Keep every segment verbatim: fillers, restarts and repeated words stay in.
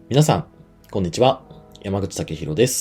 皆さん、こんにちは。山口武弘です。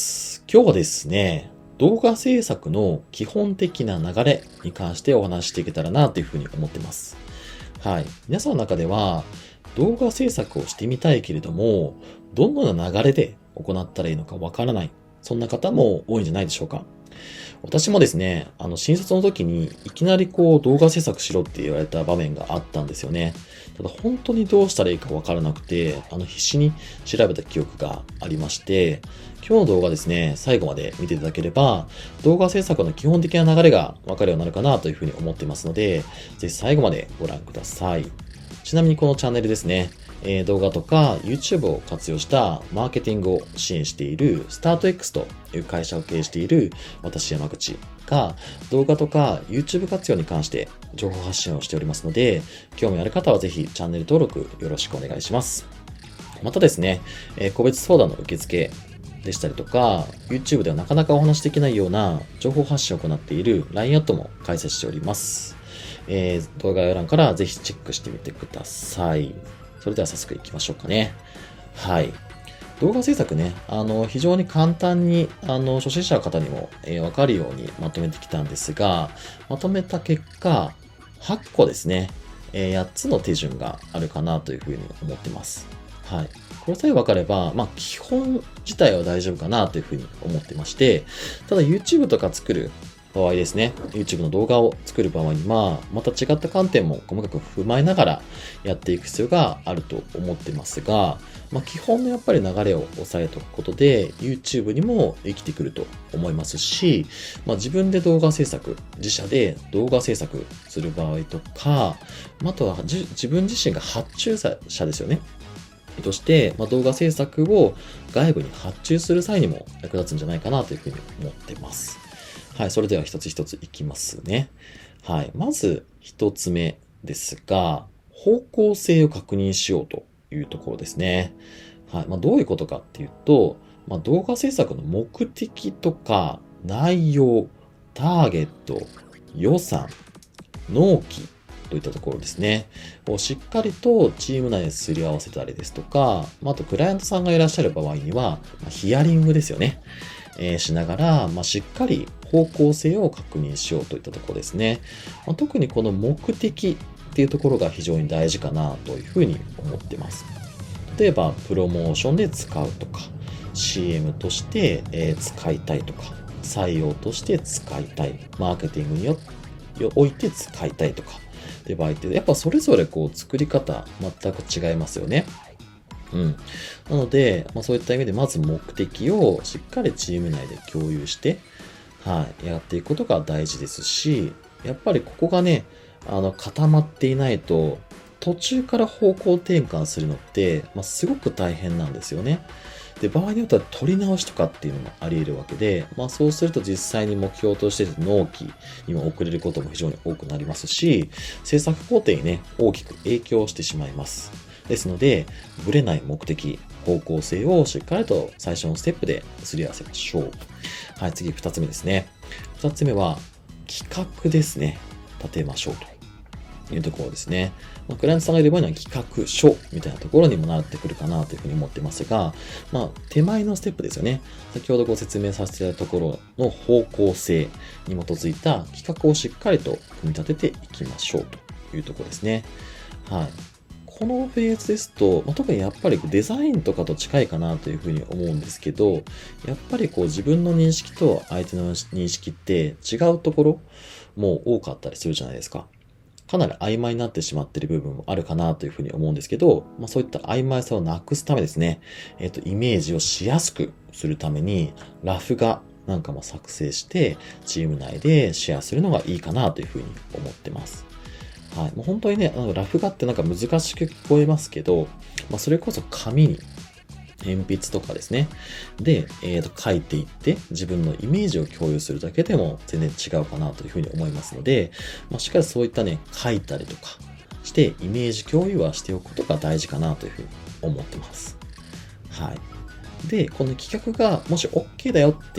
今日はですね、動画制作の基本的な流れに関してお話ししていけたらなというふうに思っています。はい。皆さんの中では、動画制作をしてみたいけれども、どのような流れで行ったらいいのかわからない。そんな方も多いんじゃないでしょうか。私もですね、あの、新卒の時にいきなりこう動画制作しろって言われた場面があったんですよね。ただ本当にどうしたらいいかわからなくて、あの、必死に調べた記憶がありまして、今日の動画ですね、最後まで見ていただければ、動画制作の基本的な流れがわかるようになるかなというふうに思っていますので、ぜひ最後までご覧ください。ちなみにこのチャンネルですね、えー、動画とか YouTube を活用したマーケティングを支援しているスタート X という会社を経営している私山口が動画とか YouTube 活用に関して情報発信をしておりますので、興味ある方はぜひチャンネル登録よろしくお願いします。またですね、えー、個別相談の受付でしたりとか YouTube ではなかなかお話しできないような情報発信を行っている ライン アットも開設しております。えー、動画概要欄からぜひチェックしてみてください。それでは早速行きましょうかね。はい。動画制作ね、あの、非常に簡単に、あの、初心者の方にも、えー、わかるようにまとめてきたんですが、まとめた結果、はっこですね、えー、やっつの手順があるかなというふうに思ってます。はい。これさえ分かれば、まあ、基本自体は大丈夫かなというふうに思ってまして、ただ YouTube とか作る場合ですね、YouTube の動画を作る場合には、また違った観点も細かく踏まえながらやっていく必要があると思ってますが、まあ、基本のやっぱり流れを押さえておくことで、YouTube にも生きてくると思いますし、まあ、自分で動画制作、自社で動画制作する場合とか、あとは自分自身が発注者ですよね。として、まあ、動画制作を外部に発注する際にも役立つんじゃないかなというふうに思ってます。はい、それでは一つ一ついきますね。はい、まず一つ目ですが、方向性を確認しようというところですね。はい、まあ、どういうことかっていうと、まあ、動画制作の目的とか内容、ターゲット、予算、納期といったところですね。をしっかりとチーム内ですり合わせたりですとか、あとクライアントさんがいらっしゃる場合には、ヒアリングですよね。えー、しながら、まあ、しっかり方向性を確認しようといったところですね。まあ、特にこの目的っていうところが非常に大事かなというふうに思ってます。例えば、プロモーションで使うとか、シーエム として、えー、使いたいとか、採用として使いたい、マーケティングによおいて使いたいとか、って場合って、やっぱそれぞれこう作り方全く違いますよね。うん。なので、まあ、そういった意味で、まず目的をしっかりチーム内で共有して、はい、やっていくことが大事ですし、やっぱりここがね、あの、固まっていないと、途中から方向転換するのって、まあ、すごく大変なんですよね。で、場合によっては取り直しとかっていうのもあり得るわけで、まあそうすると実際に目標としている納期にも遅れることも非常に多くなりますし、制作工程にね、大きく影響してしまいます。ですので、ぶれない目的、方向性をしっかりと最初のステップですり合わせましょう。はい、次二つ目ですね。二つ目は、企画ですね。立てましょうというところですね。まあ、クライアントさんがいる場合には企画書みたいなところにもなってくるかなというふうに思ってますが、まあ、手前のステップですよね。先ほどご説明させていただいたところの方向性に基づいた企画をしっかりと組み立てていきましょうというところですね。はい。このフェーズですと、まあ、特にやっぱりデザインとかと近いかなというふうに思うんですけど、やっぱりこう自分の認識と相手の認識って違うところも多かったりするじゃないですか。かなり曖昧になってしまっている部分もあるかなというふうに思うんですけど、まあ、そういった曖昧さをなくすためですね、えっと、イメージをしやすくするために、ラフ画なんかも作成して、チーム内でシェアするのがいいかなというふうに思ってます。はい。もう本当にね、あのラフ画ってなんか難しく聞こえますけど、まあ、それこそ紙に鉛筆とかですね。で、えー、と書いていって自分のイメージを共有するだけでも全然違うかなというふうに思いますので、まあ、しっかりそういったね、書いたりとかしてイメージ共有はしておくことが大事かなというふうに思ってます。はい。で、この企画がもし OK だよって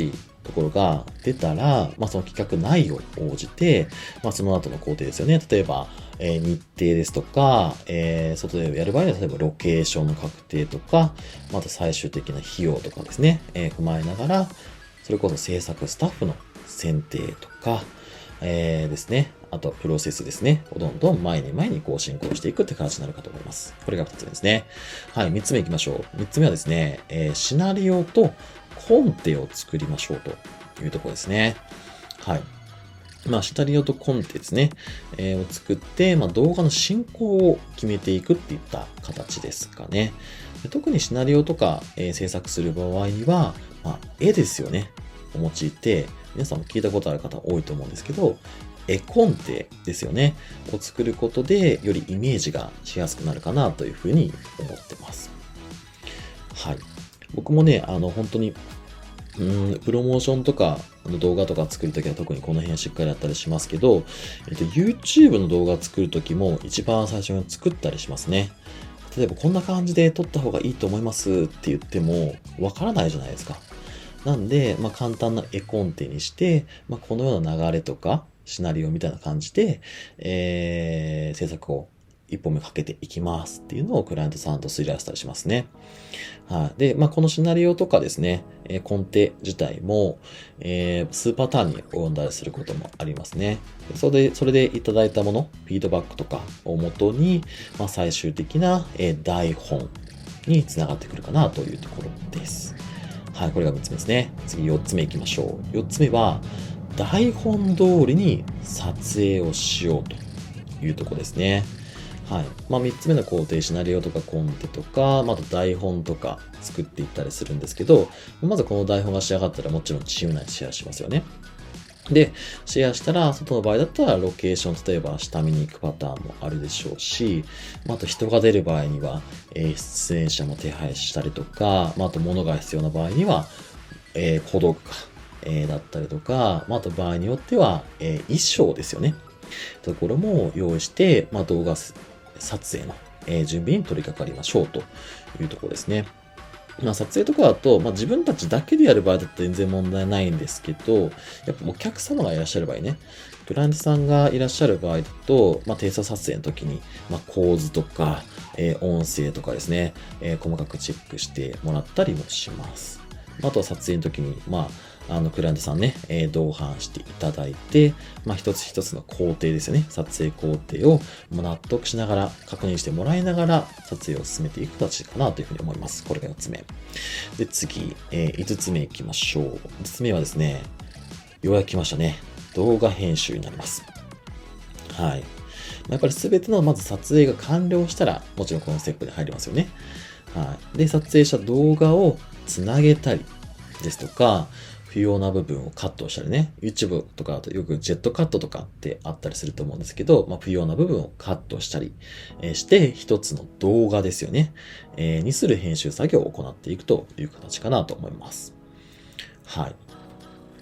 ところが出たら、まあ、その企画内容に応じて、まあ、その後の工程ですよね。例えば、えー、日程ですとか、えー、外でやる場合には、例えばロケーションの確定とか、また最終的な費用とかですね、えー、踏まえながら、それこそ制作スタッフの選定とか、えー、ですね、あとプロセスですね、をどんどん前に前にこう進行していくって形になるかと思います。これがふたつめですね。はい、みっつめ行きましょう。みっつめはですね、えー、シナリオとコンテを作りましょうというところですね。はい。まあ、シナリオとコンテですね、えー、を作って、まあ、動画の進行を決めていくっていった形ですかね。特にシナリオとか、えー、制作する場合には、まあ、絵ですよね。を用いて、皆さんも聞いたことある方多いと思うんですけど、絵コンテですよね。を作ることで、よりイメージがしやすくなるかなというふうに思ってます。はい。僕もね、あの、本当に、うん、プロモーションとか、あの動画とか作るときは特にこの辺しっかりやったりしますけど、えっと、YouTube の動画作るときも一番最初に作ったりしますね。例えばこんな感じで撮った方がいいと思いますって言っても、わからないじゃないですか。なんで、まあ、簡単な絵コンテにして、まあ、このような流れとか、シナリオみたいな感じで、えー、制作を一歩目かけていきますっていうのをクライアントさんとすり合わせたりしますね。はい。で、まあ、このシナリオとかですね、えー、コンテ自体も、えー、数パターンに及んだりすることもありますね。それで、それでいただいたもの、フィードバックとかをもとに、まあ、最終的な、えー、台本につながってくるかなというところです。はい、これがみっつめですね。次よっつめ行きましょう。よっつめは、台本通りに撮影をしようというところですね。はい。まあ、みっつめの工程、シナリオとかコンテとか、また台本とか作っていったりするんですけど、まずこの台本が仕上がったらもちろんチーム内でシェアしますよね。で、シェアしたら、外の場合だったらロケーション、例えば下見に行くパターンもあるでしょうし、まあ、あと人が出る場合には、えー、出演者も手配したりとか、まあ、あと物が必要な場合には、えー、小道具か、えー、だったりとか、まあ、あと場合によっては、えー、衣装ですよね。ところも用意して、まあ、動画撮影の、えー、準備に取り掛かりましょうというところですね。まあ、撮影とかだと、まあ、自分たちだけでやる場合だと全然問題ないんですけど、やっぱお客様がいらっしゃる場合ね、クライアントさんがいらっしゃる場合だと、まあ、テイスト撮影の時に、まあ、構図とか、えー、音声とかですね、えー、細かくチェックしてもらったりもします。あとは撮影の時に、まあ、あの、クライアントさんね、えー、同伴していただいて、まあ、一つ一つの工程ですよね。撮影工程を納得しながら、確認してもらいながら、撮影を進めていく形かなというふうに思います。これがよっつめ。で、次、えー、いつつめいきましょう。いつつめはですね、ようやく来ましたね。動画編集になります。はい。やっぱりすべてのまず撮影が完了したら、もちろんこのステップに入りますよね。はい。で、撮影した動画をつなげたりですとか、不要な部分をカットしたりね、YouTube とかだとよくジェットカットとかってあったりすると思うんですけど、まあ、不要な部分をカットしたりして、一つの動画ですよね、えー、にする編集作業を行っていくという形かなと思います。はい。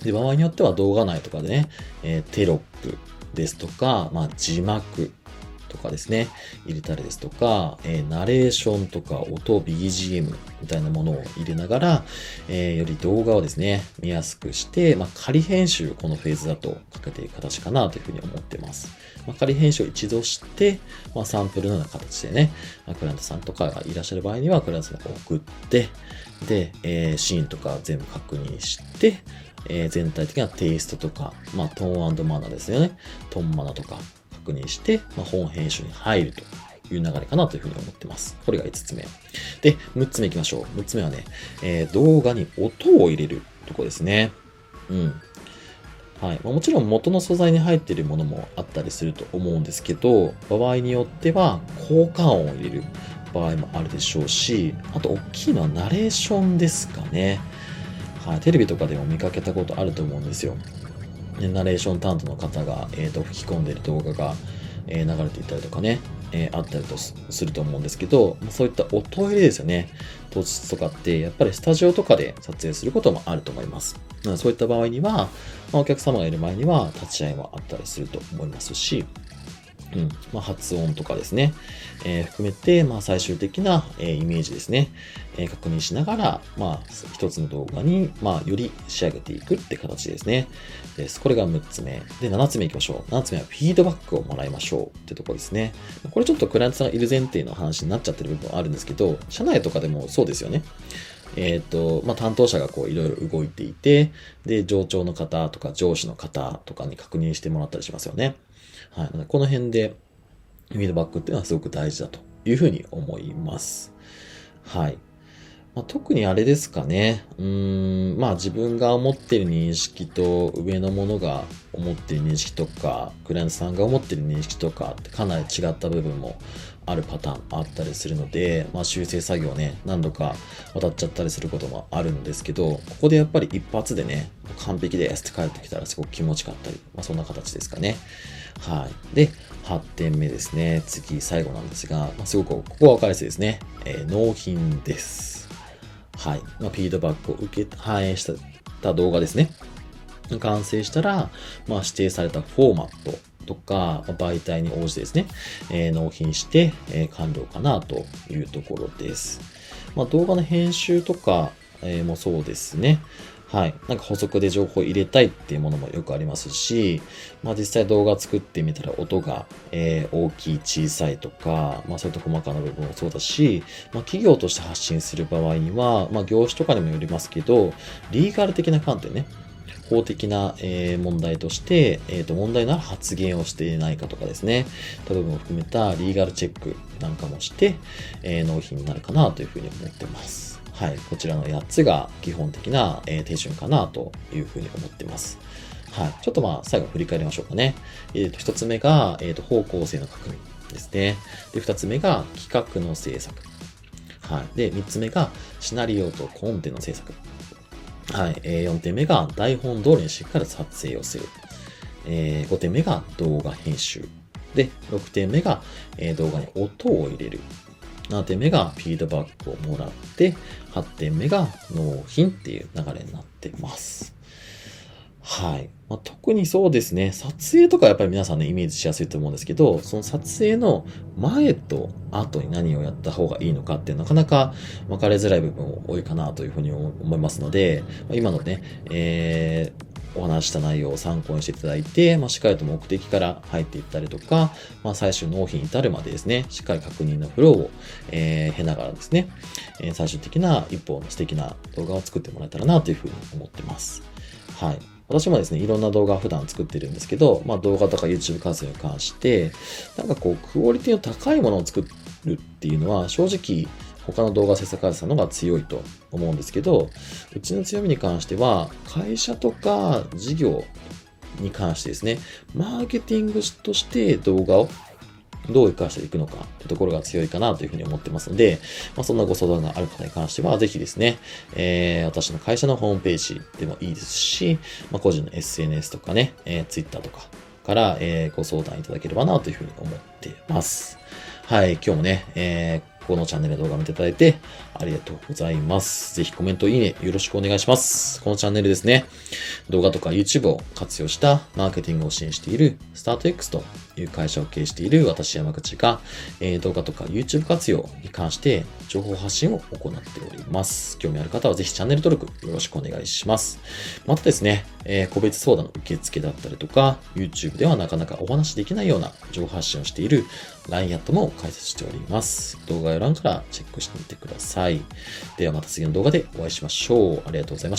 で、場合によっては動画内とかでね、えー、テロップですとか、まあ、字幕とかですね、入れたりですとか、えー、ナレーションとか音 ビージーエム みたいなものを入れながら、えー、より動画をですね、見やすくして、まあ、仮編集をこのフェーズだとかけていく形かなというふうに思ってます。まあ、仮編集を一度して、まあ、サンプルのような形でね、まあ、クライアントさんとかがいらっしゃる場合には、クライアントさんに送って、で、えー、シーンとか全部確認して、えー、全体的なテイストとか、まあ、トーン&マナーですよね。トーンマナーとか、確認して、まあ、本編集に入るという流れかなというふうに思ってます。これがいつつめ。で、むっつめ行きましょう。むっつめはね、えー、動画に音を入れるとこですね。うん。はい。まあ、もちろん元の素材に入っているものもあったりすると思うんですけど、場合によっては効果音を入れる場合もあるでしょうし、あと大きいのはナレーションですかね。はい。テレビとかでも見かけたことあると思うんですよ。ナレーション担当の方が、えー、と吹き込んでいる動画が、えー、流れていたりとかね、えー、あったりとすると思うんですけど、そういった音入れですよね。当日とかってやっぱりスタジオとかで撮影することもあると思います。そういった場合には、まあ、お客様がいる前には立ち会いもあったりすると思いますし、 うん。まあ、発音とかですね。えー含めて、まあ、最終的な、えーイメージですね。えー確認しながら、まあ、一つの動画に、まあ、より仕上げていくって形ですね。です。これがむっつめ。で、ななつめ行きましょう。ななつめはフィードバックをもらいましょうってところですね。これちょっとクライアントさんがいる前提の話になっちゃってる部分はあるんですけど、社内とかでもそうですよね。えっと、まあ、担当者がこういろいろ動いていて、で、上長の方とか上司の方とかに確認してもらったりしますよね。はい。なのでこの辺で、フィードバックっていうのはすごく大事だというふうに思います。はい。まあ、特にあれですかね。うーん、まあ自分が思っている認識と上のものが思っている認識とか、クライアントさんが思っている認識とかってかなり違った部分もあるパターンあったりするので、まあ修正作業ね、何度か渡っちゃったりすることもあるんですけど、ここでやっぱり一発でね、完璧ですって帰ってきたらすごく気持ちよかったり、まあそんな形ですかね。はい。で、はってんめですね。次、最後なんですが、まあ、すごくここは分かりやすいですね。えー納品です。はい。まあ、フィードバックを受け、反映した動画ですね。完成したら、まあ、指定されたフォーマットとか、まあ媒体に応じてですね、えー納品して、えー完了かなというところです。まあ、動画の編集とか、えーもそうですね。はい。なんか補足で情報を入れたいっていうものもよくありますし、まあ実際動画作ってみたら音が、えー大きい小さいとか、まあそういった細かな部分もそうだし、まあ企業として発信する場合には、まあ業種とかにもよりますけど、リーガル的な観点ね、法的な、えー問題として、えーと、問題のある発言をしていないかとかですね、という部分を含めたリーガルチェックなんかもして、えー納品になるかなというふうに思ってます。はい。こちらのやっつが基本的な、えー手順かなというふうに思ってます。はい。ちょっとまあ、最後振り返りましょうかね。えっ、と、一つ目が、えっ、と、方向性の確認ですね。で、二つ目が企画の制作。はい。で、三つ目がシナリオとコンテの制作。はい。えー、よんてんめが台本通りにしっかり撮影をする。えー、ごてんめが動画編集。で、ろくてんめが、えー動画に音を入れる。ななてんめがフィードバックをもらって、はってんめが納品っていう流れになってます。はい。まあ、特にそうですね。撮影とかやっぱり皆さんね、イメージしやすいと思うんですけど、その撮影の前と後に何をやった方がいいのかってなかなか分かりづらい部分も多いかなというふうに思いますので、まあ今のね、えーお話した内容を参考にしていただいて、まあ、しっかりと目的から入っていったりとか、まあ、最終納品に至るまでですね、しっかり確認のフローを、えー経ながらですね、えー最終的な一本の素敵な動画を作ってもらえたらなというふうに思ってます。はい。私もですね、いろんな動画を普段作ってるんですけど、まあ動画とか YouTube 活用に関して、なんかこう、クオリティの高いものを作るっていうのは、正直、他の動画制作会社さんの方が強いと思うんですけど、うちの強みに関しては、会社とか事業に関してですね、マーケティングとして動画をどう活かしていくのかってところが強いかなというふうに思ってますので、まあ、そんなご相談がある方に関しては、ぜひですね、えー、私の会社のホームページでもいいですし、まあ、個人の エスエヌエス とかね、えー、Twitter とかから、えー、ご相談いただければなというふうに思ってます。はい、今日もね、えーこのチャンネルの動画を見ていただいてありがとうございます。ぜひコメント、いいねよろしくお願いします。このチャンネルですね、動画とか YouTube を活用したマーケティングを支援しているスタート X という会社を経営している私山口が、えー動画とか YouTube 活用に関して情報発信を行っております。興味ある方はぜひチャンネル登録よろしくお願いします。またですね、えー個別相談の受付だったりとか YouTube ではなかなかお話しできないような情報発信をしている ライン アットも開設しております。動画概要欄からチェックしてみてください。ではまた次の動画でお会いしましょう。ありがとうございました。